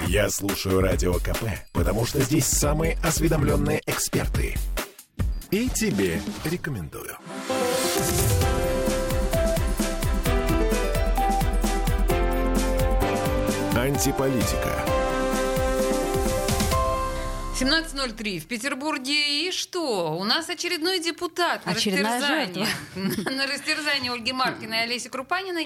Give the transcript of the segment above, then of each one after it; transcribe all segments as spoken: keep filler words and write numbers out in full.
Я слушаю Радио КП, потому что здесь самые осведомленные эксперты. И тебе рекомендую. Антиполитика. семнадцать ноль три в Петербурге. И что? У нас очередной депутат на растерзание. На растерзание Ольги Маркиной и Олеси Крупаниной.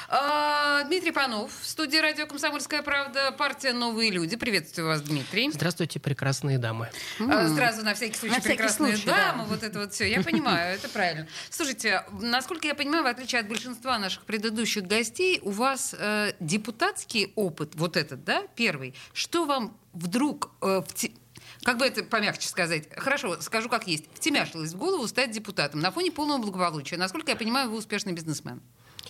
Дмитрий Панов, в студии радио «Комсомольская правда», партия «Новые люди». Приветствую вас, Дмитрий. Здравствуйте, прекрасные дамы. Mm. Сразу на всякий случай, на всякий прекрасные случай, дамы. Да. Вот это вот все. Я понимаю, это правильно. Слушайте, насколько я понимаю, в отличие от большинства наших предыдущих гостей, у вас э, депутатский опыт, вот этот, да, первый. Что вам вдруг... Э, в те... Как бы это помягче сказать? Хорошо, скажу как есть. Втемяшилось в голову стать депутатом на фоне полного благополучия. Насколько я понимаю, вы успешный бизнесмен.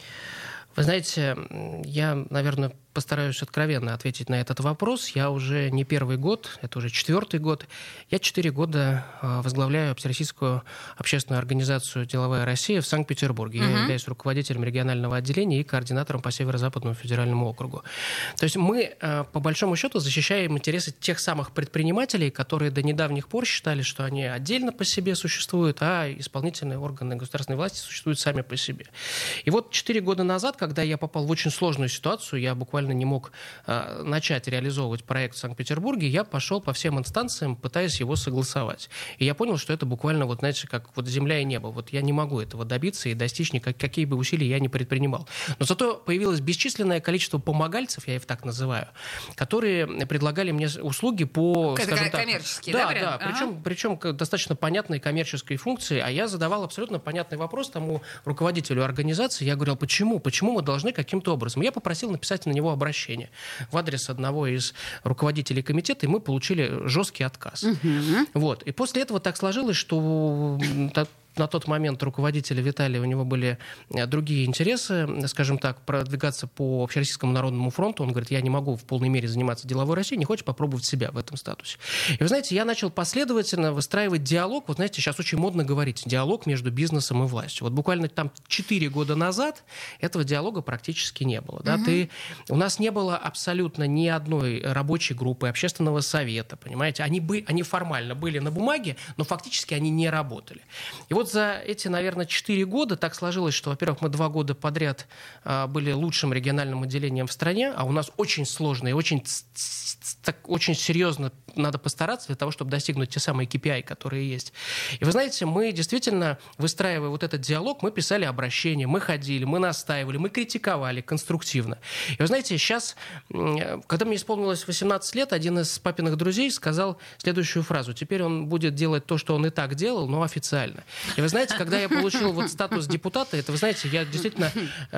Вы знаете, я, наверное, постараюсь откровенно ответить на этот вопрос. Я уже не первый год, это уже четвертый год. Я четыре года возглавляю Общероссийскую общественную организацию «Деловая Россия» в Санкт-Петербурге. Uh-huh. Я являюсь руководителем регионального отделения и координатором по Северо-Западному федеральному округу. То есть мы, по большому счету, защищаем интересы тех самых предпринимателей, которые до недавних пор считали, что они отдельно по себе существуют, а исполнительные органы государственной власти существуют сами по себе. И вот четыре года назад, когда я попал в очень сложную ситуацию, я буквально не мог а, начать реализовывать проект в Санкт-Петербурге, я пошел по всем инстанциям, пытаясь его согласовать. И я понял, что это буквально, вот, знаете, как вот земля и небо. Вот я не могу этого добиться и достичь, никак, какие бы усилия я ни предпринимал. Но зато появилось бесчисленное количество помогальцев, я их так называю, которые предлагали мне услуги по, это скажем так... коммерческие, да? Да, да, ага. причем, причем достаточно понятной коммерческой функции, а я задавал абсолютно понятный вопрос тому руководителю организации. Я говорил, почему? Почему мы должны каким-то образом? Я попросил написать на него обращение в адрес одного из руководителей комитета, и мы получили жесткий отказ. Uh-huh. Вот. И после этого так сложилось, что на тот момент руководителя Виталия, у него были другие интересы, скажем так, продвигаться по Общероссийскому народному фронту. Он говорит, я не могу в полной мере заниматься деловой Россией, не хочешь попробовать себя в этом статусе. И вы знаете, я начал последовательно выстраивать диалог. Вот знаете, сейчас очень модно говорить, диалог между бизнесом и властью. Вот буквально там четыре года назад этого диалога практически не было. Да? Угу. Ты... У нас не было абсолютно ни одной рабочей группы, общественного совета, понимаете? Они, бы... они формально были на бумаге, но фактически они не работали. И вот за эти, наверное, четыре года так сложилось, что, во-первых, мы два года подряд а, были лучшим региональным отделением в стране, а у нас очень сложно и очень, так, очень серьезно надо постараться для того, чтобы достигнуть те самые кей пи ай, которые есть. И вы знаете, мы действительно, выстраивая вот этот диалог, мы писали обращения, мы ходили, мы настаивали, мы критиковали конструктивно. И вы знаете, сейчас, когда мне исполнилось восемнадцать лет, один из папиных друзей сказал следующую фразу. Теперь он будет делать то, что он и так делал, но официально. И вы знаете, когда я получил вот статус депутата, это, вы знаете, я действительно,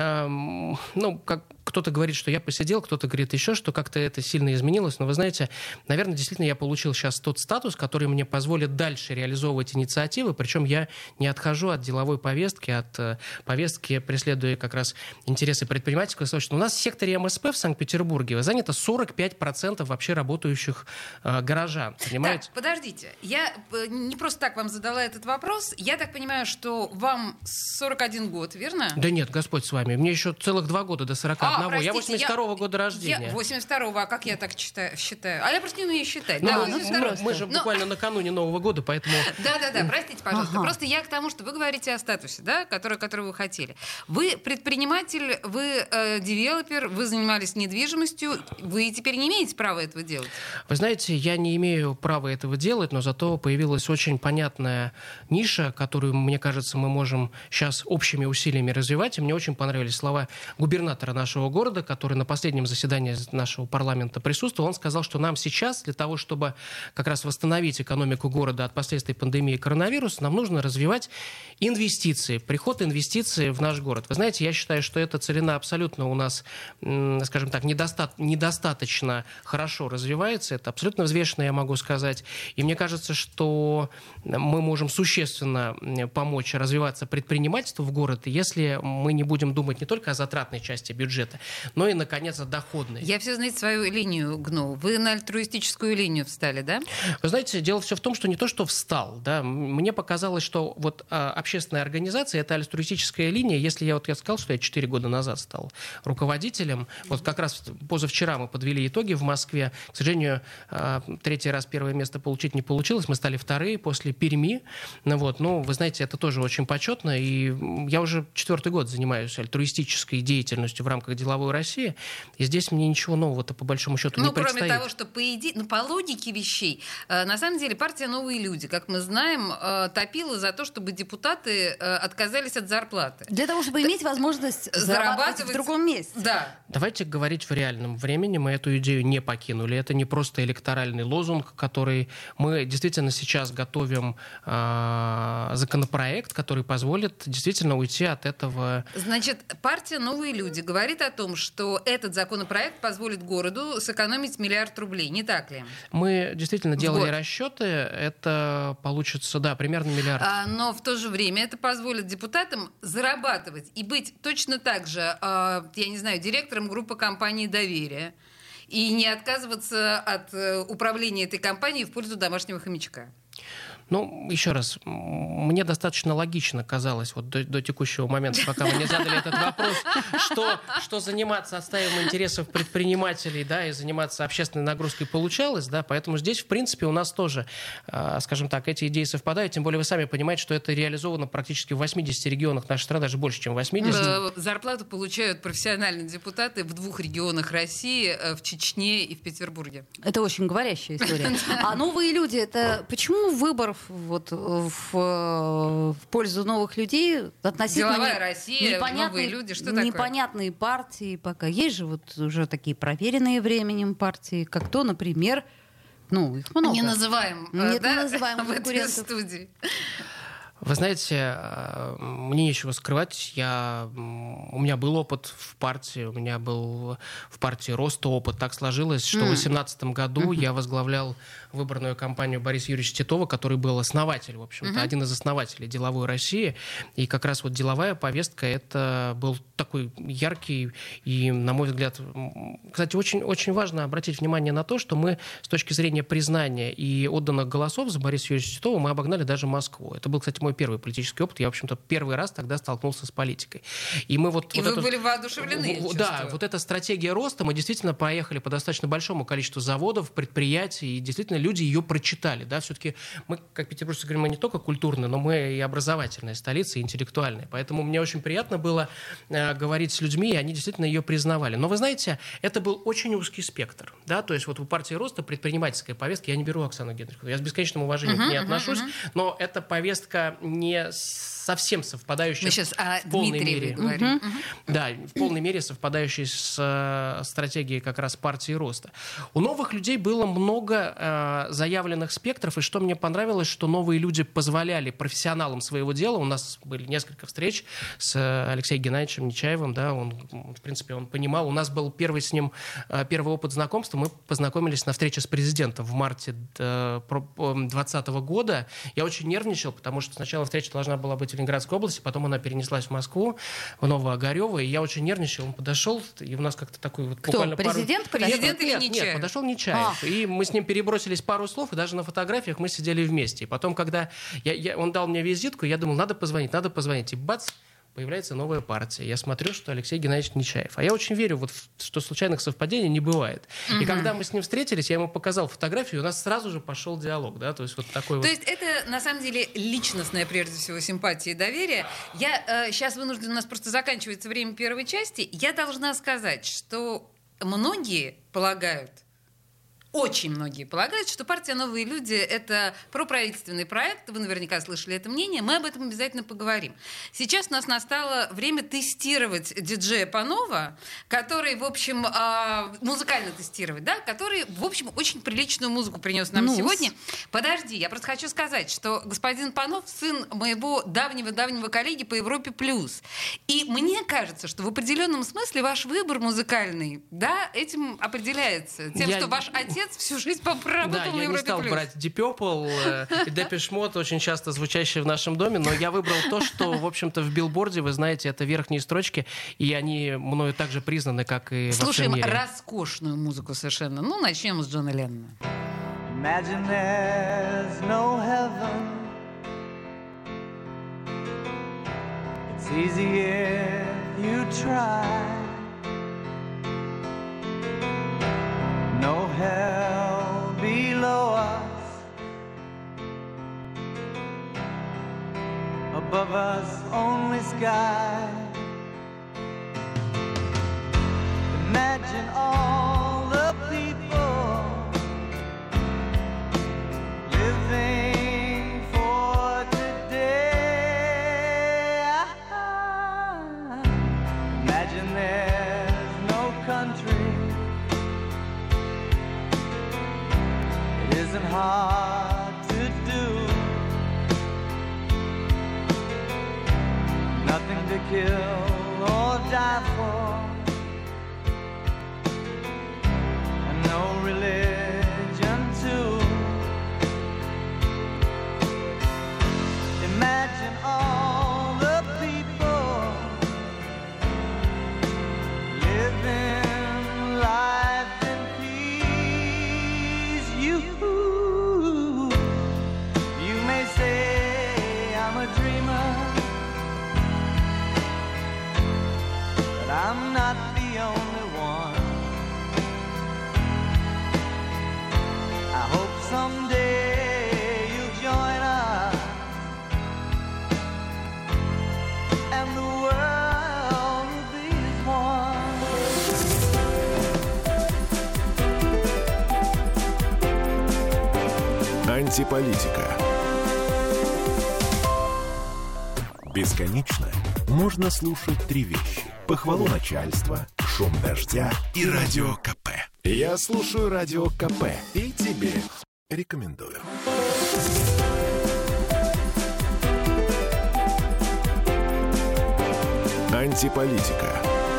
эм, ну, как кто-то говорит, что я посидел, кто-то говорит еще, что как-то это сильно изменилось, но вы знаете, наверное, действительно я получил сейчас тот статус, который мне позволит дальше реализовывать инициативы, причем я не отхожу от деловой повестки, от э, повестки, преследуя как раз интересы предпринимательского сообщества. У нас в секторе эм эс пэ в Санкт-Петербурге занято сорок пять процентов вообще работающих э, горожан, понимаете? Так, подождите, я не просто так вам задала этот вопрос, я так понимаю, что вам сорок один год, верно? Да нет, Господь с вами, мне еще целых два года до сорока одного. А, простите, я восемьдесят второго я... года рождения. Я восемьдесят второго, а как я так считаю? считаю? А я просто не умею считать. Ну, да, восемьдесят второго. Мы, мы же Но... буквально накануне Нового года, поэтому... Да-да-да, простите, пожалуйста. Ага. Просто я к тому, что вы говорите о статусе, да, который, который вы хотели. Вы предприниматель, вы э, девелопер, вы занимались недвижимостью, вы теперь не имеете права этого делать? Вы знаете, я не имею права этого делать, но зато появилась очень понятная ниша, которую, мне кажется, мы можем сейчас общими усилиями развивать. И мне очень понравились слова губернатора нашего города, который на последнем заседании нашего парламента присутствовал. Он сказал, что нам сейчас для того, чтобы как раз восстановить экономику города от последствий пандемии коронавируса, нам нужно развивать инвестиции, приход инвестиций в наш город. Вы знаете, я считаю, что эта целина абсолютно у нас, скажем так, недоста- недостаточно хорошо развивается. Это абсолютно взвешенно, я могу сказать. И мне кажется, что мы можем существенно помочь развиваться предпринимательству в городе, если мы не будем думать не только о затратной части бюджета, это. Но и, наконец, доходные. Я все, знаете, свою линию гну. Вы на альтруистическую линию встали, да? Вы знаете, дело все в том, что не то, что встал. Да, мне показалось, что вот а, общественная организация — это альтруистическая линия. Если я вот я сказал, что я четыре года назад стал руководителем, вот как раз позавчера мы подвели итоги в Москве. К сожалению, а, третий раз первое место получить не получилось. Мы стали вторые после Перми. Ну, вот, ну, вы знаете, это тоже очень почетно. И я уже четвертый год занимаюсь альтруистической деятельностью в рамках «Деловой России». И здесь мне ничего нового-то по большому счету ну, не предстоит. Ну, кроме того, что по, иде... ну, по логике вещей, э, на самом деле партия «Новые люди», как мы знаем, э, топила за то, чтобы депутаты э, отказались от зарплаты. Для того, чтобы Т... иметь возможность зарабатывать в другом месте. Да. Давайте говорить в реальном времени. Мы эту идею не покинули. Это не просто электоральный лозунг, который мы действительно сейчас готовим э, законопроект, который позволит действительно уйти от этого. Значит, партия «Новые люди» говорит о том, что этот законопроект позволит городу сэкономить миллиард рублей, не так ли? Мы действительно в делали год. расчеты. Это получится, да, примерно миллиард. А, но в то же время это позволит депутатам зарабатывать и быть точно так же, э, я не знаю, директором группы компании «Доверие» и не отказываться от э, управления этой компанией в пользу домашнего хомячка. Ну, еще раз, мне достаточно логично казалось вот до, до текущего момента, пока вы не задали этот вопрос, что, что заниматься отстаиванием интересов предпринимателей, да, и заниматься общественной нагрузкой получалось, да, поэтому здесь, в принципе, у нас тоже, э, скажем так, эти идеи совпадают, тем более вы сами понимаете, что это реализовано практически в восьмидесяти регионах нашей страны, даже больше, чем в восьмидесяти. Зарплату получают профессиональные депутаты в двух регионах России, в Чечне и в Петербурге. Это очень говорящая история. А «Новые люди» — это почему выбор вот в, в пользу новых людей относительно «Деловая Россия», «Новые люди», что такое? Непонятные партии пока. Есть же вот уже такие проверенные временем партии, как то, например, ну, их много. Не называем, Нет, да, не называем в этой конкурентов. студии. Вы знаете, мне нечего скрывать. Я, у меня был опыт в партии, у меня был в партии роста опыт. Так сложилось, что mm. в две тысячи восемнадцатом году mm-hmm. я возглавлял выборную кампанию Бориса Юрьевича Титова, который был основатель, в общем-то, mm-hmm. один из основателей «Деловой России». И как раз вот деловая повестка — это был такой яркий и, на мой взгляд, кстати, очень, очень важно обратить внимание на то, что мы с точки зрения признания и отданных голосов за Бориса Юрьевича Титова мы обогнали даже Москву. Это был, кстати, мой первый политический опыт. Я, в общем-то, первый раз тогда столкнулся с политикой. И мы вот... И вот вы это, были воодушевлены, в, Да, вот эта стратегия роста, мы действительно поехали по достаточно большому количеству заводов, предприятий, и действительно люди ее прочитали. Да? Все-таки мы, как петербуржцы, говорим, мы не только культурные, но мы и образовательная столица, и интеллектуальная. Поэтому мне очень приятно было э, говорить с людьми, и они действительно ее признавали. Но вы знаете, это был очень узкий спектр. Да? То есть вот у партии роста предпринимательская повестка, я не беру Оксану Генриховну, я с бесконечным уважением uh-huh, к ней uh-huh, отношусь, uh-huh. но эта повестка не совсем совпадающая. Мы сейчас о в полной Дмитриеве мере. говорим. Угу. Да, в полной мере совпадающей с э, стратегией как раз партии роста. У новых людей было много э, заявленных спектров, и что мне понравилось, что новые люди позволяли профессионалам своего дела. У нас были несколько встреч с Алексеем Геннадьевичем Нечаевым, да, он, в принципе, он понимал. У нас был первый с ним, э, первый опыт знакомства. Мы познакомились на встрече с президентом в марте двадцатого года. Я очень нервничал, потому что сначала встреча должна была быть в Ленинградской области, потом она перенеслась в Москву, в Новоогарево, и я очень нервничал. Он подошел, и у нас как-то такой вот Кто? буквально Президент? пару... Президент или нет, Нечаев? Нет, подошел Нечаев. А. И мы с ним перебросились пару слов, и даже на фотографиях мы сидели вместе. И потом, когда я, я, он дал мне визитку, я думал, надо позвонить, надо позвонить. И бац, появляется новая партия. Я смотрю, что Алексей Геннадьевич Нечаев. А я очень верю, вот, что случайных совпадений не бывает. Угу. И когда мы с ним встретились, я ему показал фотографию, у нас сразу же пошел диалог. Да? То есть, вот такой То вот... есть это, на самом деле, личностная, прежде всего, симпатия и доверие. Я э, сейчас вынуждена, у нас просто заканчивается время первой части. Я должна сказать, что многие полагают, очень многие полагают, что партия «Новые люди» — это проправительственный проект. Вы наверняка слышали это мнение. Мы об этом обязательно поговорим. Сейчас у нас настало время тестировать диджея Панова, который, в общем, музыкально тестировать, да, который, в общем, очень приличную музыку принес нам ну, сегодня. Подожди, я просто хочу сказать, что господин Панов — сын моего давнего-давнего коллеги по Европе плюс. И мне кажется, что в определенном смысле ваш выбор музыкальный, да, этим определяется. Тем, я... что ваш отец молодец, всю жизнь поработал Да, на я Европе+. не стал брать Deep Purple и Depeche Mode, очень часто звучащие в нашем доме, но я выбрал то, что, в общем-то, в билборде, вы знаете, это верхние строчки, и они мною также признаны, как и во всем Слушаем мире. роскошную музыку совершенно. Ну, начнем с Джона Леннона. Imagine there's no heaven. It's easy if you try. No hell below us. Above us only sky. Imagine all the people living for today. Imagine there's no country. It isn't hard to do. Nothing to kill or die for. And no religion too. Imagine all the people living life in peace. You, you may say I'm a dreamer, but I'm not the only one. I hope someday you'll join us. And the world will be as one. Антиполитика. Бесконечно можно слушать три вещи: похвалу начальства, шум дождя и радио КП. Я слушаю радио КП и тебе рекомендую. Антиполитика.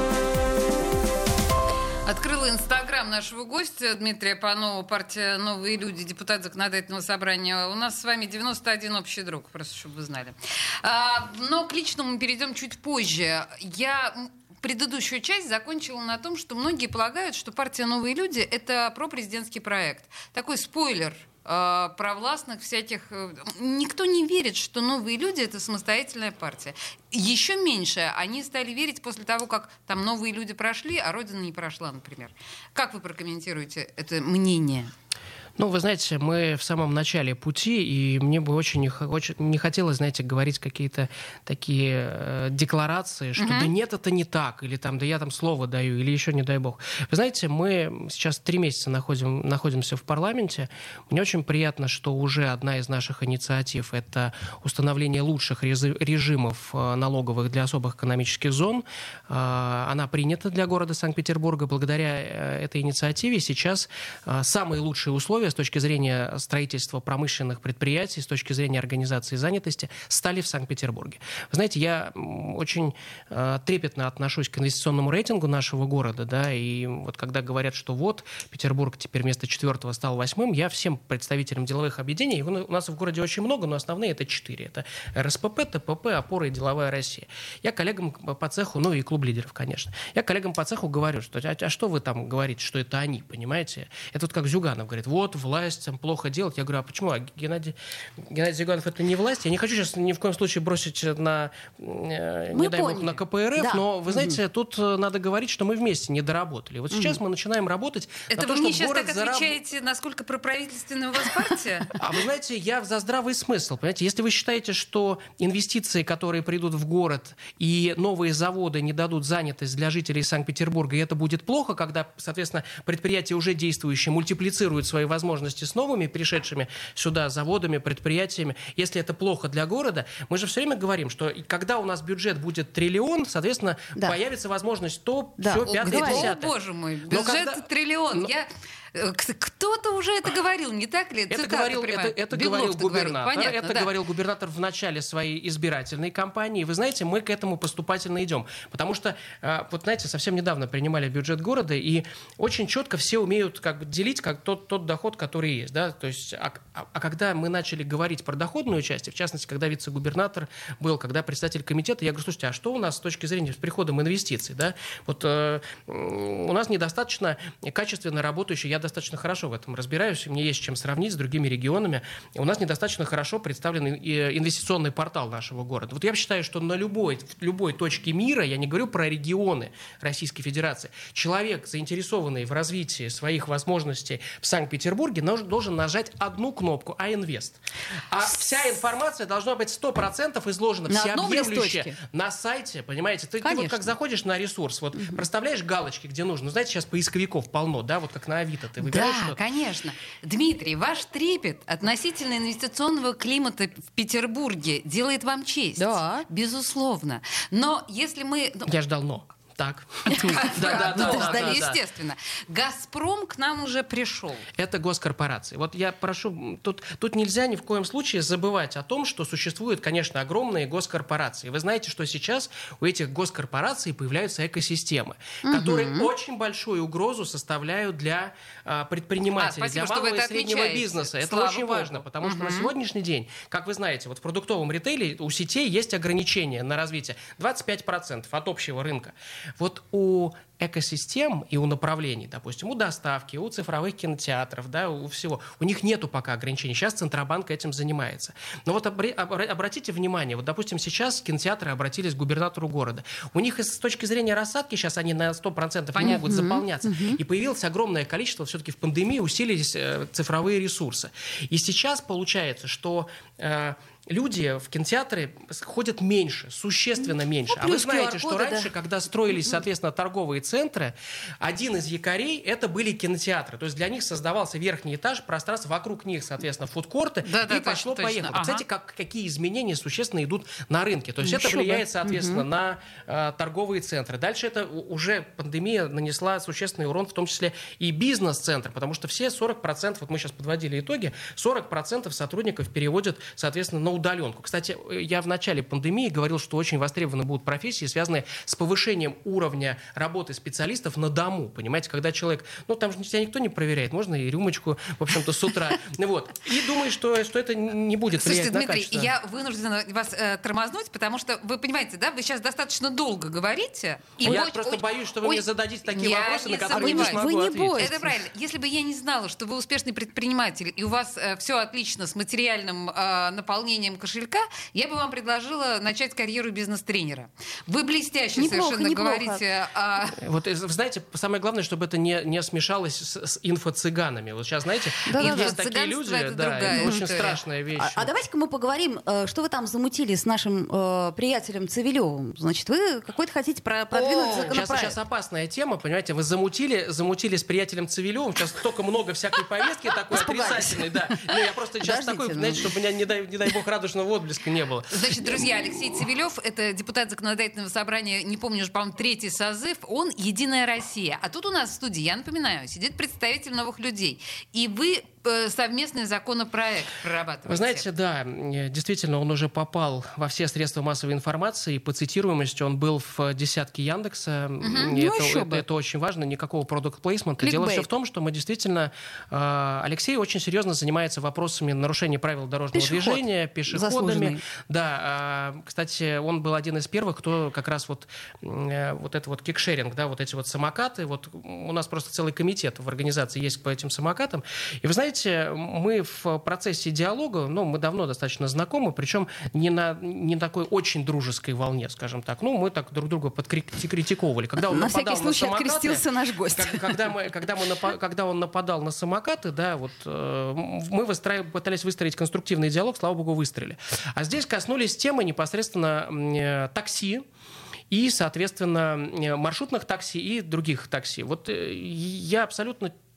Открыла инстаграм нашего гостя Дмитрия Панова, партия «Новые люди», депутат Законодательного собрания. У нас с вами девяносто один общий друг, просто чтобы вы знали. А, но к личному мы перейдем чуть позже. Я предыдущую часть закончила на том, что многие полагают, что партия «Новые люди» — это пропрезидентский проект. Такой спойлер э, провластных всяких... Никто не верит, что «Новые люди» — это самостоятельная партия. Еще меньше они стали верить после того, как там новые люди прошли, а Родина не прошла, например. Как вы прокомментируете это мнение? Ну, вы знаете, мы в самом начале пути, и мне бы очень не, очень не хотелось, знаете, говорить какие-то такие э, декларации, что uh-huh. да нет, это не так, или там, да я там слово даю, или еще не дай бог. Вы знаете, мы сейчас три месяца находим, находимся в парламенте. Мне очень приятно, что уже одна из наших инициатив — это установление лучших режимов налоговых для особых экономических зон. Она принята для города Санкт-Петербурга. Благодаря этой инициативе сейчас самые лучшие условия с точки зрения строительства промышленных предприятий, с точки зрения организации занятости стали в Санкт-Петербурге. Вы знаете, я очень э, трепетно отношусь к инвестиционному рейтингу нашего города, да, и вот когда говорят, что вот Петербург теперь вместо четвертого стал восьмым, я всем представителям деловых объединений, у нас в городе очень много, но основные это четыре. Это эр эс пэ пэ, тэ пэ пэ, «Опора» и «Деловая Россия». Я коллегам по цеху, ну и клуб лидеров, конечно, я коллегам по цеху говорю, что а, а что вы там говорите, что это они, понимаете? Это вот как Зюганов говорит, вот власть там плохо делать. Я говорю, а почему? А Геннадий, Геннадий Зюганов — это не власть. Я не хочу сейчас ни в коем случае бросить на, э, не дай бог, на ка пэ эр эф, да. Но, вы знаете, mm-hmm. тут надо говорить, что мы вместе не доработали. Вот сейчас mm-hmm. мы начинаем работать это на то, вы мне чтобы сейчас так зараб... отвечаете, насколько проправительственная у вас партия? А вы знаете, я за здравый смысл. Понимаете, если вы считаете, что инвестиции, которые придут в город, и новые заводы не дадут занятость для жителей Санкт-Петербурга, и это будет плохо, когда, соответственно, предприятия уже действующие мультиплицируют свои возможности с новыми пришедшими сюда заводами, предприятиями. Если это плохо для города, мы же все время говорим, что когда у нас бюджет будет триллион, соответственно, да. появится возможность то, да. все, пятое, десятое. О, боже мой, бюджет когда... триллион. Но... Я... Кто-то уже это говорил, не так ли? Это Цитаты говорил, прямо. это, это Белов говорил так говорит. губернатор. Понятно, это да. говорил губернатор в начале своей избирательной кампании. И вы знаете, мы к этому поступательно идем. Потому что, вот знаете, совсем недавно принимали бюджет города, и очень четко все умеют как бы делить как тот, тот доход, который есть. Да? То есть, а, а, а когда мы начали говорить про доходную часть, в частности, когда вице-губернатор был, когда председатель комитета, я говорю, слушайте, а что у нас с точки зрения с приходом инвестиций? Да? Вот э, у нас недостаточно качественно работающий, я достаточно хорошо в этом разбираюсь, мне есть чем сравнить с другими регионами. У нас недостаточно хорошо представлен инвестиционный портал нашего города. Вот я считаю, что на любой, в любой точке мира, я не говорю про регионы Российской Федерации, человек, заинтересованный в развитии своих возможностей в Санкт-Петербурге, должен нажать одну кнопку «А-инвест». А вся информация должна быть сто процентов изложена, на всеобъемлющая, на сайте, понимаете? Ты, ты вот как заходишь на ресурс, вот угу. проставляешь галочки, где нужно. Ну, знаете, сейчас поисковиков полно, да, вот как на Авито. Ты выбираешь да, что-то. Конечно. Дмитрий, ваш трепет относительно инвестиционного климата в Петербурге делает вам честь. Да. Безусловно. Но если мы... Я ждал «но». Так. Да, да, да, естественно. «Газпром» к нам уже пришел. Это госкорпорации. Вот я прошу, тут, тут нельзя ни в коем случае забывать о том, что существуют, конечно, огромные госкорпорации. Вы знаете, что сейчас у этих госкорпораций появляются экосистемы, угу. которые очень большую угрозу составляют для а, предпринимателей, а, спасибо, для малого и среднего бизнеса. Это Слава очень Богу. важно, потому угу. что на сегодняшний день, как вы знаете, вот в продуктовом ритейле у сетей есть ограничения на развитие. двадцать пять процентов от общего рынка. Вот у экосистем и у направлений, допустим, у доставки, у цифровых кинотеатров, да, у всего, у них нету пока ограничений. Сейчас Центробанк этим занимается. Но вот обра- обра- обратите внимание, вот, допустим, сейчас кинотеатры обратились к губернатору города. У них с точки зрения рассадки сейчас они на сто процентов не могут заполняться. Mm-hmm. И появилось огромное количество, все-таки в пандемии усилились э, цифровые ресурсы. И сейчас получается, что... Э, люди в кинотеатры ходят меньше, существенно меньше. Ну, а вы знаете, что раньше, да. когда строились, соответственно, торговые центры, один из якорей это были кинотеатры. То есть для них создавался верхний этаж, пространство, вокруг них, соответственно, фудкорты, да, и да, пошло-поехало. Ага. Кстати, как, какие изменения существенно идут на рынке. То есть ну, это влияет, соответственно, угу. на э, торговые центры. Дальше это уже пандемия нанесла существенный урон, в том числе и бизнес-центры, потому что все сорок процентов, вот мы сейчас подводили итоги, сорок процентов сотрудников переводят, соответственно, на удаленку. Кстати, я в начале пандемии говорил, что очень востребованы будут профессии, связанные с повышением уровня работы специалистов на дому. Понимаете, когда человек, ну там же тебя никто не проверяет, можно и рюмочку, в общем-то, с утра. Вот. И думаю, что, что это не будет влиять на качество. Слушайте, Дмитрий, я вынуждена вас э, тормознуть, потому что вы понимаете, да, вы сейчас достаточно долго говорите. И я очень, просто боюсь, что вы ой, мне зададите такие вопросы, на которые не смогу вы не ответить. Бойтесь. Это правильно. Если бы я не знала, что вы успешный предприниматель, и у вас э, все отлично с материальным э, наполнением кошелька, я бы вам предложила начать карьеру бизнес-тренера. Вы блестяще неплохо, совершенно неплохо. говорите. А... Вот, вы знаете, самое главное, чтобы это не, не смешалось с, с инфо-цыганами. Вот сейчас, знаете, да, есть да, да. такие люди, это, да, другая это очень история. страшная вещь. А, а давайте-ка мы поговорим, что вы там замутили с нашим э, приятелем Цивилевым. Значит, вы какой-то хотите про, продвинуть О, законопроект. Сейчас, сейчас опасная тема, понимаете, вы замутили, замутили с приятелем Цивилевым, сейчас столько много всякой повестки такой отрицательной, да. Ну, я просто сейчас такой, знаете, чтобы у меня, не дай, не дай бог, радужного отблеска не было. Значит, друзья, Алексей Цивилев, это депутат законодательного собрания, не помню уже, по-моему, третий созыв, он «Единая Россия». А тут у нас в студии, я напоминаю, сидит представитель «Новых людей». И вы совместный законопроект прорабатываете. Вы знаете, да, действительно, он уже попал во все средства массовой информации, и по цитируемости он был в десятке Яндекса. Угу. Ну, это, это, это очень важно, никакого продукт-плейсмента. Дело все в том, что мы действительно... Алексей очень серьезно занимается вопросами нарушения правил дорожного Пешеход. движения, пешеходами. Заслуженный. Да, кстати, он был один из первых, кто как раз вот, вот это вот кикшеринг, да, вот эти вот самокаты, вот у нас просто целый комитет в организации есть по этим самокатам. И вы знаете, мы в процессе диалога, ну, мы давно достаточно знакомы, причем не на, не на такой очень дружеской волне, скажем так. Ну, мы так друг друга подкритиковывали. Когда он на нападал всякий случай на самокаты, открестился наш гость. Когда, мы, когда, мы напа- когда он нападал на самокаты, да, вот, э, мы выстраив- пытались выстроить конструктивный диалог, слава богу, выстроили. А здесь коснулись темы непосредственно э, такси, и, соответственно, маршрутных такси и других такси. Вот э, я абсолютно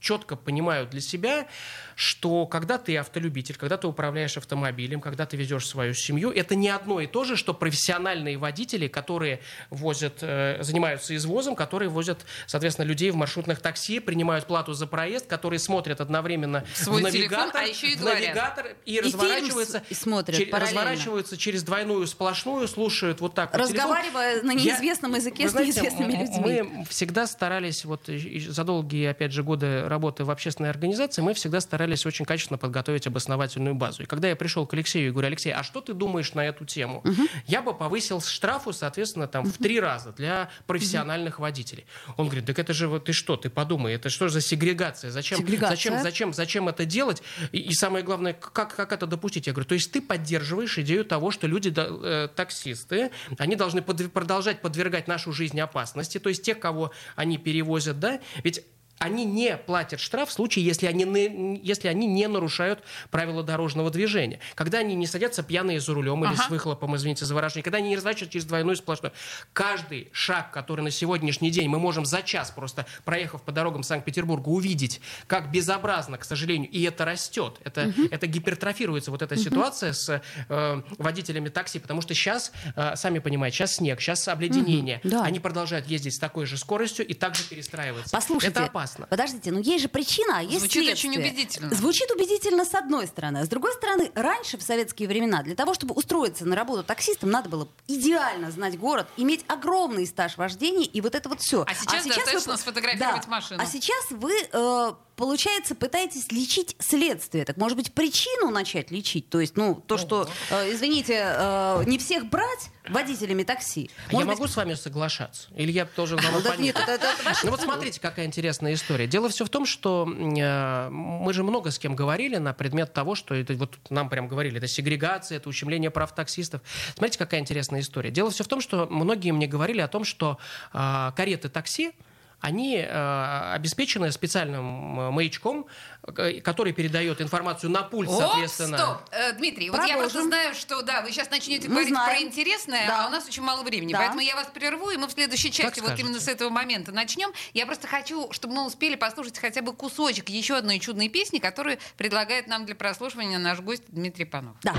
четко понимают для себя, что когда ты автолюбитель, когда ты управляешь автомобилем, когда ты везешь свою семью, это не одно и то же, что профессиональные водители, которые возят, э, занимаются извозом, которые возят, соответственно, людей в маршрутных такси, принимают плату за проезд, которые смотрят одновременно Свой в навигатор, телефон, а еще и в говорят. навигатор и, И разворачиваются, фильм с- смотрят чер- параллельно. разворачиваются через двойную сплошную, слушают вот так вот телефон. Разговаривая на неизвестном Я- языке вы с знаете, неизвестными м- людьми. Мы всегда старались, вот и- и за долгие, опять же, годы работы в общественной организации, мы всегда старались очень качественно подготовить обосновательную базу. И когда я пришел к Алексею и говорю: Алексей, а что ты думаешь на эту тему? Я бы повысил штрафу, соответственно, там, в три раза для профессиональных водителей. Он говорит: так это же, вот ты что, ты подумай, это что за сегрегация? Зачем, Сегрегация? зачем, зачем, зачем это делать? И, и самое главное, как, как это допустить? Я говорю: то есть ты поддерживаешь идею того, что люди, да, э, таксисты, они должны подв- продолжать подвергать нашу жизнь опасности, то есть тех, кого они перевозят, да? Ведь они не платят штраф в случае, если они, не, если они не нарушают правила дорожного движения. Когда они не садятся пьяные за рулем или Ага. с выхлопом, извините за выражение, когда они не разворачиваются через двойную сплошную. Каждый шаг, который на сегодняшний день мы можем за час, просто проехав по дорогам Санкт-Петербурга, увидеть, как безобразно, к сожалению, и это растет, это, это гипертрофируется, вот эта ситуация с э, водителями такси, потому что сейчас, э, сами понимаете, сейчас снег, сейчас обледенение. Да. Они продолжают ездить с такой же скоростью и также перестраиваются. Послушайте, это опасно. подождите, ну есть же причина, а есть Звучит следствие. очень убедительно. Звучит убедительно с одной стороны. А с другой стороны, раньше, в советские времена, для того, чтобы устроиться на работу таксистом, надо было идеально знать город, иметь огромный стаж вождения и вот это вот все. А сейчас достаточно сфотографировать машину. А сейчас вы, э, получается, пытаетесь лечить следствие. Так, может быть, причину начать лечить? То есть, ну, то, что, э, извините, э, не всех брать водителями такси. Я Может могу быть, с вами соглашаться? Или я должен вам Ну, так нет, оппонировать? это- это ваше Ну вот право. смотрите, какая интересная история. Дело все в том, что э, мы же много с кем говорили на предмет того, что это вот нам прям говорили, это сегрегация, это ущемление прав таксистов. Смотрите, какая интересная история. Дело все в том, что многие мне говорили о том, что э, кареты такси, они э, обеспечены специальным э, маячком, э, который передает информацию на пульт, Оп, соответственно. стоп! Э, Дмитрий, вот я Продолжим. просто знаю, что да, вы сейчас начнете Мы говорить знаем. про интересное, Да. а у нас очень мало времени. Да. Поэтому я вас прерву, и мы в следующей части вот скажете. именно с этого момента начнем. Я просто хочу, чтобы мы успели послушать хотя бы кусочек еще одной чудной песни, которую предлагает нам для прослушивания наш гость Дмитрий Панов. Да.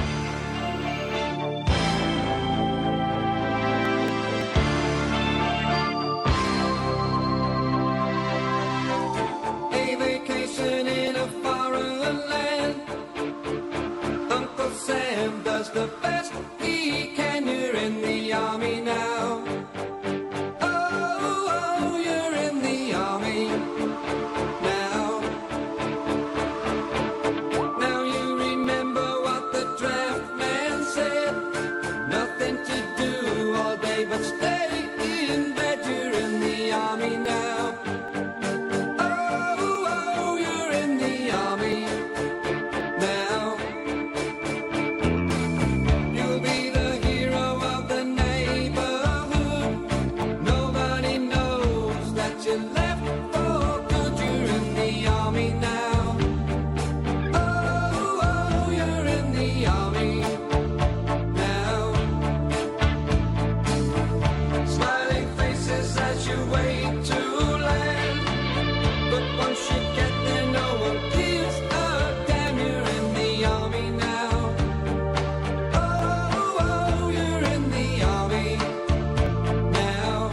A vacation in a foreign land. Uncle Sam does the best he can. You're in the army now. Oh, oh, you're in the army now. Now you remember what the draft man said. Nothing to do all day but stay in bed. You're in the army now. Oh, oh, you're in the army now. You'll be the hero of the neighborhood. Nobody knows that you left for good. You're in the army now. Oh, oh, you're in the army now. Smiling faces as you wait to land. But once you get there, no one gives a damn. You're in the army now. Oh, oh, you're in the army now.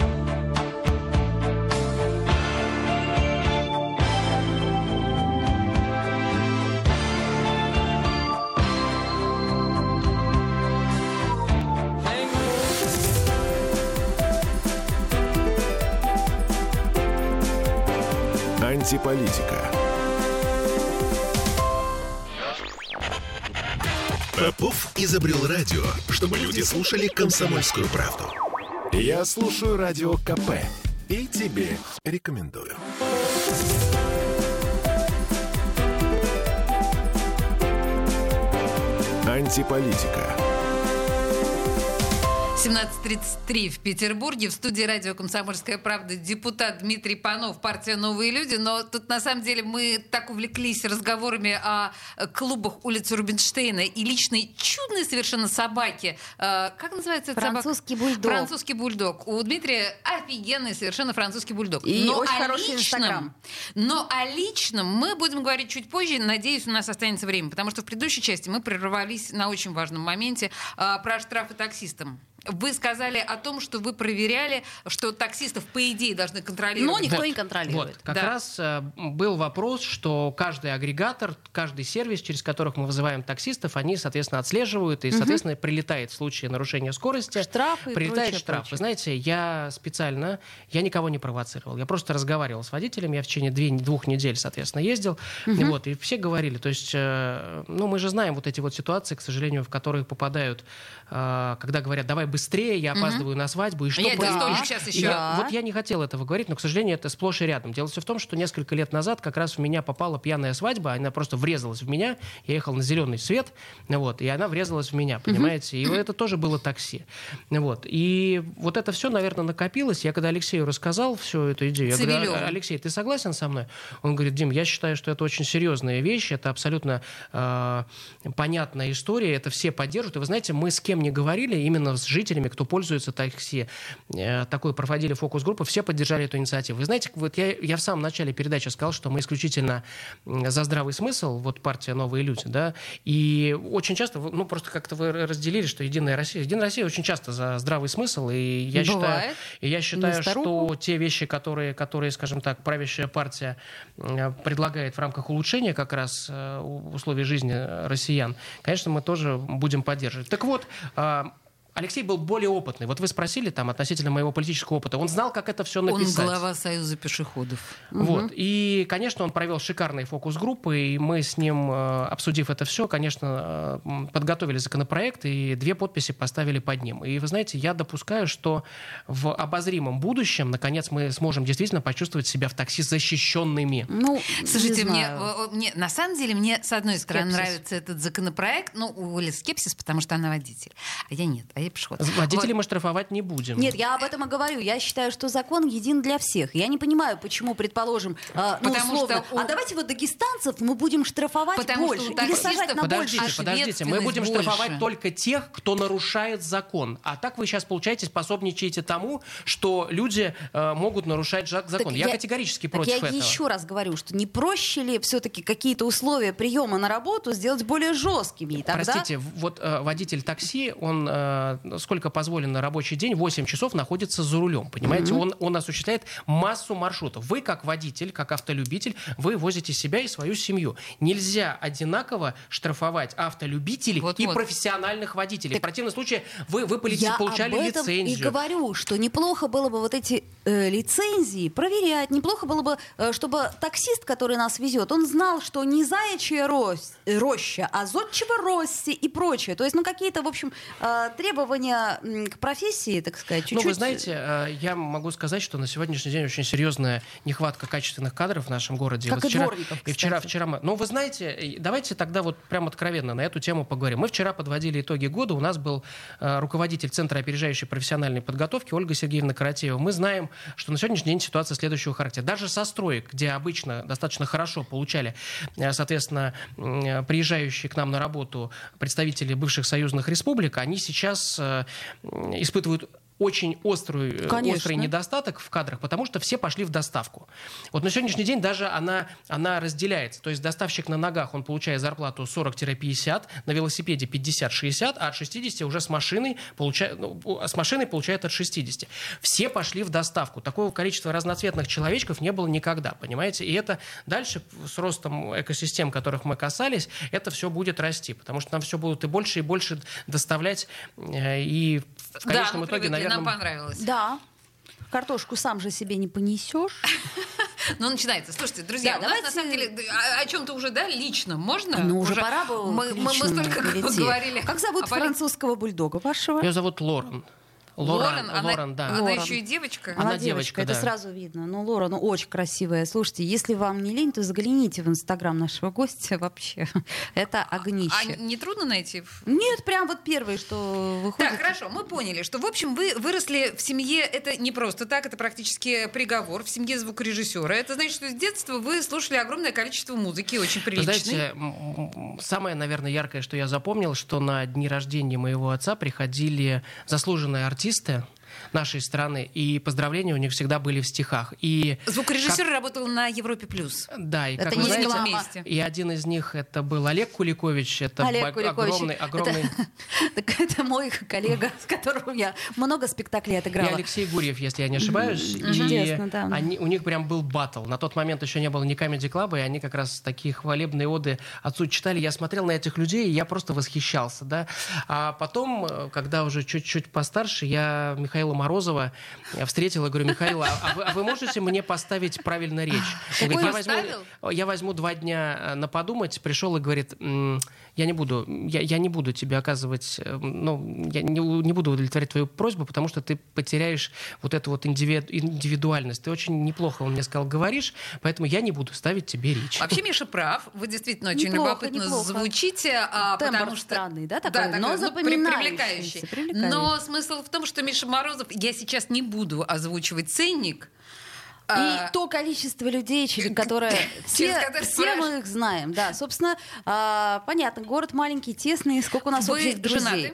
Hang on. Антиполитика. Попов изобрел радио, чтобы люди слушали комсомольскую правду. Я слушаю радио КП и тебе рекомендую. Антиполитика. семнадцать тридцать три в Петербурге. В студии радио «Комсомольская правда» депутат Дмитрий Панов, партия «Новые люди». Но тут, на самом деле, мы так увлеклись разговорами о клубах улицы Рубинштейна и личной чудной совершенно собаке. Э, как называется эта собака? Французский бульдог. Французский бульдог. У Дмитрия офигенный совершенно французский бульдог. И но очень о хороший личном, Инстаграм. Но о личном мы будем говорить чуть позже. Надеюсь, у нас останется время. Потому что в предыдущей части мы прервались на очень важном моменте э, про штрафы таксистам. Вы сказали о том, что вы проверяли, что таксистов, по идее, должны контролировать. Но никто Вот, не контролирует. Вот, как Да. раз э, был вопрос, что каждый агрегатор, каждый сервис, через которых мы вызываем таксистов, они, соответственно, отслеживают, и, соответственно, прилетает в случае нарушения скорости. Штрафы и прилетает прочее, штраф. прочее. Вы знаете, я специально, я никого не провоцировал. Я просто разговаривал с водителем, я в течение две, двух недель, соответственно, ездил. И, вот, и все говорили, то есть, э, ну, мы же знаем вот эти вот ситуации, к сожалению, в которые попадают, э, когда говорят, давай быстрее, я опаздываю на свадьбу, и что Я этот происходит? столик сейчас еще. Я- Да. вот я не хотел этого говорить, но, к сожалению, это сплошь и рядом. Дело все в том, что несколько лет назад как раз в меня попала пьяная свадьба, она просто врезалась в меня, я ехал на зеленый свет, вот, и она врезалась в меня, понимаете? И это тоже было такси. Вот. И вот это все, наверное, накопилось. Я когда Алексею рассказал всю эту идею, я говорю, Цивилёву. «А- Алексей, ты согласен со мной? Он говорит, Дим, я считаю, что это очень серьезная вещь, это абсолютно э, понятная история, это все поддерживают. И вы знаете, мы с кем не говорили, именно с жителями, кто пользуется такси, э, такой проводили фокус-группу, все поддержали эту инициативу. Вы знаете, вот я, я в самом начале передачи сказал, что мы исключительно м, за здравый смысл, вот партия «Новые люди», да, и очень часто, вы- ну, просто как-то вы разделили, что «Единая Россия», «Единая Россия» очень часто за здравый смысл, и я считаю, Бывает. и я считаю, На старуху. что те вещи, которые, которые, скажем так, правящая партия э, предлагает в рамках улучшения как раз э, у- условий жизни э, россиян, конечно, мы тоже будем поддерживать. Так вот, э, Алексей был более опытный. Вот вы спросили там относительно моего политического опыта. Он знал, как это все Он написать. глава Союза пешеходов. Вот. И, конечно, он провел шикарные фокус-группы, и мы с ним, э, обсудив это все, конечно, э, м, подготовили законопроект и две подписи поставили под ним. И, вы знаете, я допускаю, что в обозримом будущем, наконец, мы сможем действительно почувствовать себя в такси защищенными. Ну, Слушайте, не мне, знаю. э, мне на самом деле мне с одной стороны Скепсис. нравится этот законопроект, ну у Оли скепсис, потому что она водитель, а я нет, а я пешеход. Водителей Вот. мы штрафовать не будем. Нет, я об этом и говорю. Я считаю, что закон един для всех. Я не понимаю, почему, предположим, э, ну, Потому условно, что у- а давайте вот дагестанцев мы будем штрафовать Потому что больше. у Или таксистов- сажать на Подождите, больше. подождите, мы будем ответственность штрафовать больше. только тех, кто нарушает закон. А так вы сейчас, получаете, способничаете тому, что люди э, могут нарушать жа- закон. Так Я, категорически так против я этого. еще раз говорю, что не проще ли все-таки какие-то условия приема на работу сделать более жесткими? И тогда... Простите, в- вот э, водитель такси, он э, сколько позволено рабочий день, восемь часов находится за рулем, понимаете? Он, он осуществляет массу маршрутов. Вы, как водитель, как автолюбитель, вы возите себя и свою семью. Нельзя одинаково штрафовать автолюбителей Вот-вот. и профессиональных водителей. В противном случае вы, вы полетите, Я получали об этом лицензию. и говорю, что неплохо было бы вот эти э, лицензии проверять. Неплохо было бы, э, чтобы таксист, который нас везет, он знал, что не заячья рось- э, роща, а зодчего Росси и прочее. То есть, ну, какие-то, в общем, э, требования м, к профессии, так сказать, чуть-чуть... Ну, вы знаете, э, я могу сказать, что на сегодняшний день очень серьезная нехватка качественных кадров в нашем городе. Как и вчера, дворников, и вчера, кстати. вчера мы... Ну, вы знаете, и давайте тогда вот прям откровенно на эту тему поговорим. Мы вчера подводили итоги года. У нас был э, руководитель Центра опережающей профессиональной подготовки Ольга Сергеевна Каратеева. Мы знаем, что на сегодняшний день ситуация следующего характера. Даже со строек, где обычно достаточно хорошо получали, э, соответственно, э, приезжающие к нам на работу представители бывших союзных республик, они сейчас э, испытывают очень острый, Конечно. острый недостаток в кадрах, потому что все пошли в доставку. Вот на сегодняшний день даже она, она разделяется. То есть доставщик на ногах, он получает зарплату сорок-пятьдесят, на велосипеде пятьдесят-шестьдесят, а от шестидесяти уже с машиной, получает, ну, с машиной получает от шестидесяти. Все пошли в доставку. Такого количества разноцветных человечков не было никогда, понимаете? И это дальше с ростом экосистем, которых мы касались, это все будет расти, потому что нам все будут и больше, и больше доставлять, э, и в конечном да, итоге, привыкли, наверное... нам понравилось. Да. Картошку сам же себе не понесешь. Ну, начинается. Слушайте, друзья, Да, у нас давайте- на самом деле о, о чем-то уже, да, лично можно? Ну, уже пора бы Мы, к мы, мы личному столько перейти. говорили. Как зовут о полит- французского бульдога вашего? Ее зовут Лорен. Лорен, она, Лорен, да. она Лорен. еще и девочка. Она, Она девочка, девочка, это да. сразу видно. Ну, Лора, ну очень красивая. Слушайте, если вам не лень, то загляните в инстаграм нашего гостя вообще. Это огнище. А не трудно найти? Нет, прям вот первое, что выходит. Так, хорошо, мы поняли, что, в общем, вы выросли в семье, это не просто так, это практически приговор, в семье звукорежиссера. Это значит, что с детства вы слушали огромное количество музыки, очень Вы приличной. знаете, м- м- самое, наверное, яркое, что я запомнил, что на дни рождения моего отца приходили заслуженные артисты нашей страны, и поздравления у них всегда были в стихах. И Звукорежиссер работал на Европе+. плюс. да, и Это как не вы знаете, реклама. вместе. и один из них это был Олег Куликович, это Олег б- Куликович. огромный, огромный. Это, так это мой коллега, с которым я много спектаклей И отыграла. Алексей Гурьев, если я не ошибаюсь. И Чудесно, да. они, у них прям был баттл. На тот момент еще не было ни Comedy Club, и они как раз такие хвалебные оды отцу читали. Я смотрел на этих людей, и я просто восхищался. Да? А потом, э, когда уже чуть-чуть постарше, я Михаила Морозова встретил и говорю: Михаил, а а вы, а вы можете мне поставить правильно речь? Он говорит, я Поставил? возьму, я возьму два дня э, на подумать. Пришел и говорит: «М, я не буду, я, я не буду тебе оказывать, э, ну, я не, не буду удовлетворять твою просьбу, потому что ты потеряешь вот эту вот индиви- индивидуальность. Ты очень неплохо, он мне сказал, говоришь, поэтому я не буду ставить тебе речь. Вообще, Миша прав. Вы действительно очень Неплохо, любопытно неплохо. звучите. А, Тембр потому что... странный, да, такой, но ну, при- запоминающийся, привлекающий. привлекающий. Но смысл в том, что Миша Морозов... Я сейчас не буду озвучивать ценник. И а, то количество людей, через которое все, через которое все мы их знаем. Да, собственно, а, понятно, город маленький, тесный, сколько у нас Вы общих друзей. женаты?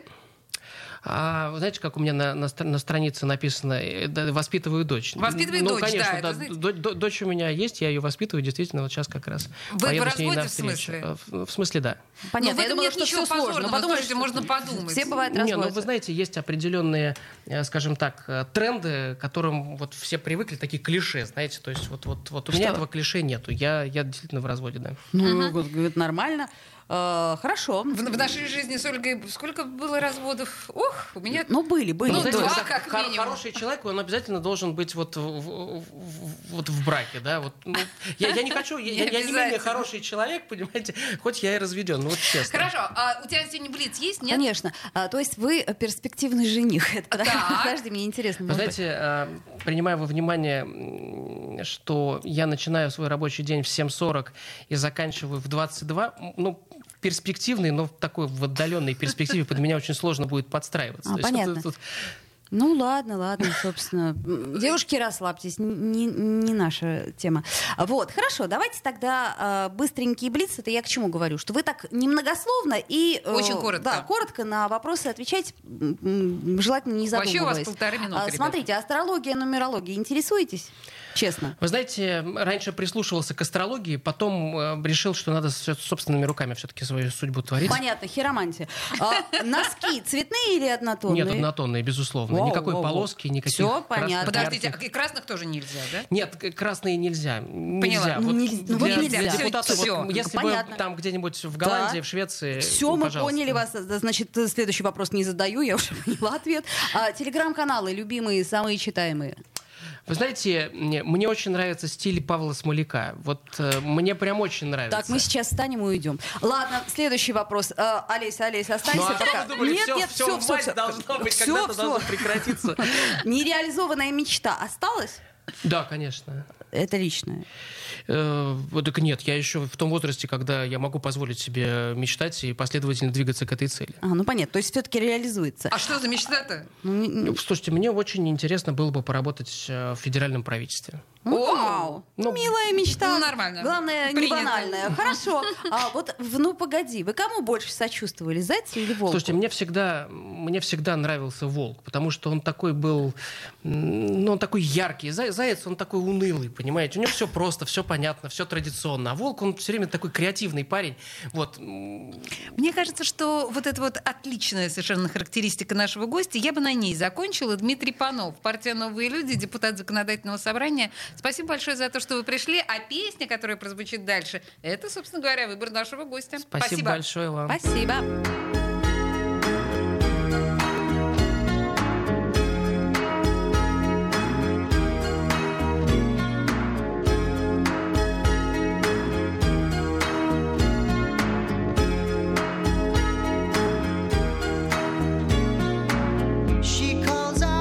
А, вы знаете, как у меня на, на, стра- на странице написано, э, да, воспитываю дочь. Воспитывает ну, дочь, конечно, да, это, да. знаете- До- до- дочь у меня есть, я ее воспитываю, действительно, вот сейчас как раз. Вы поеду в с ней разводе, в навстречу. смысле? Э, В, в смысле, да. Понятно, Ну, в я этом думала, нет что ничего все сложно. позорного, Подумаешь, слушайте, можно подумать. Все бывает Не, ну разводятся. вы знаете, есть определенные, э, скажем так, э, тренды, к которым вот все привыкли, такие клише, знаете, то есть вот, вот, вот у меня Что? этого клише нету, я, я действительно в разводе, да. Ну, говорит, нормально. Э, Хорошо. В, в нашей жизни с Ольгой сколько было разводов? Ох, у меня... Ну, были, были. Ну, знаете, два, это как хор- минимум. Хороший человек, он обязательно должен быть вот в, в- в- вот в браке, да. Вот, ну, я, я не хочу, я, Не я не менее обязательно. хороший человек, понимаете, хоть я и разведен, ну вот честно. Хорошо, а у тебя сегодня блиц есть, нет? Конечно. А, то есть вы перспективный жених. Это подожди, Так. подожди, мне интересно. Вы может быть. знаете, э, принимая во внимание, м, что я начинаю свой рабочий день в семь сорок и заканчиваю в двадцать два, м, ну, перспективный, но в такой в отдаленной перспективе под меня очень сложно будет подстраиваться. А, То есть понятно. вот тут- Ну ладно, ладно, собственно. М, Девушки, расслабьтесь, не, не наша тема. Вот, хорошо, давайте тогда э, быстренький блиц. Это я к чему говорю? Что вы так немногословно и... э, Очень коротко. Да, коротко на вопросы отвечать, м, м, желательно не задумываясь. Вообще у вас полторы минуты, А, ребят. Смотрите, астрология, нумерология, интересуетесь? Честно. Вы знаете, раньше прислушивался к астрологии, потом э, решил, что надо с- собственными руками все-таки свою судьбу творить. Понятно, хиромантия. А, носки цветные или однотонные? Нет, однотонные, безусловно. Воу, Никакой воу, воу. полоски, никаких Всё красных, понятно. Подождите, ярких. а и красных тоже нельзя, да? Нет, к- красные нельзя. Поняла. Нельзя. Вот Не- ну вот для, нельзя. для Всё, депутата, вот всё. если Понятно. бы там где-нибудь в Голландии, Да. в Швеции, Все, ну, мы пожалуйста. поняли вас. Значит, следующий вопрос не задаю, я уже поняла ответ. А, телеграм-каналы любимые, самые читаемые. Вы знаете, мне, мне очень нравится стиль Павла Смоляка. Вот э, мне прям очень нравится. Так, мы сейчас встанем и уйдем. Ладно, следующий вопрос. А, Олеся, Олеся, останься Ну, а что пока. вы думали, нет, всё- нет, всё все, в все, мать должно быть, все, когда-то должно прекратиться. Нереализованная мечта осталась? Да, конечно. Это личное. Э, вот так нет, я еще в том возрасте, когда я могу позволить себе мечтать и последовательно двигаться к этой цели. А, ну понятно, то есть все-таки реализуется. А что за мечта-то? Ну, не- не- Слушайте, мне очень интересно было бы поработать э, в федеральном правительстве. Вау! Ну, Милая мечта. ну, нормально. Главное, не Принято. банальная. Хорошо. А вот в «Ну, погоди», вы кому больше сочувствовали, Зайцу или Волку? Слушайте, мне всегда, мне всегда нравился волк, потому что он такой был, м, ну, он такой яркий. Зай- Заяц, он такой унылый, понимаете? У него все просто, все понятно, все традиционно. А волк, он все время такой креативный парень. Вот. м, Мне кажется, что вот эта вот отличная совершенно характеристика нашего гостя, я бы на ней закончила. Дмитрий Панов, партия «Новые люди», депутат Законодательного собрания. Спасибо большое за то, что вы пришли. А песня, которая прозвучит дальше, это, собственно говоря, выбор нашего гостя. Спасибо, большое вам. Спасибо. She calls out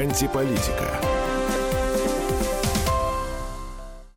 Антиполитика.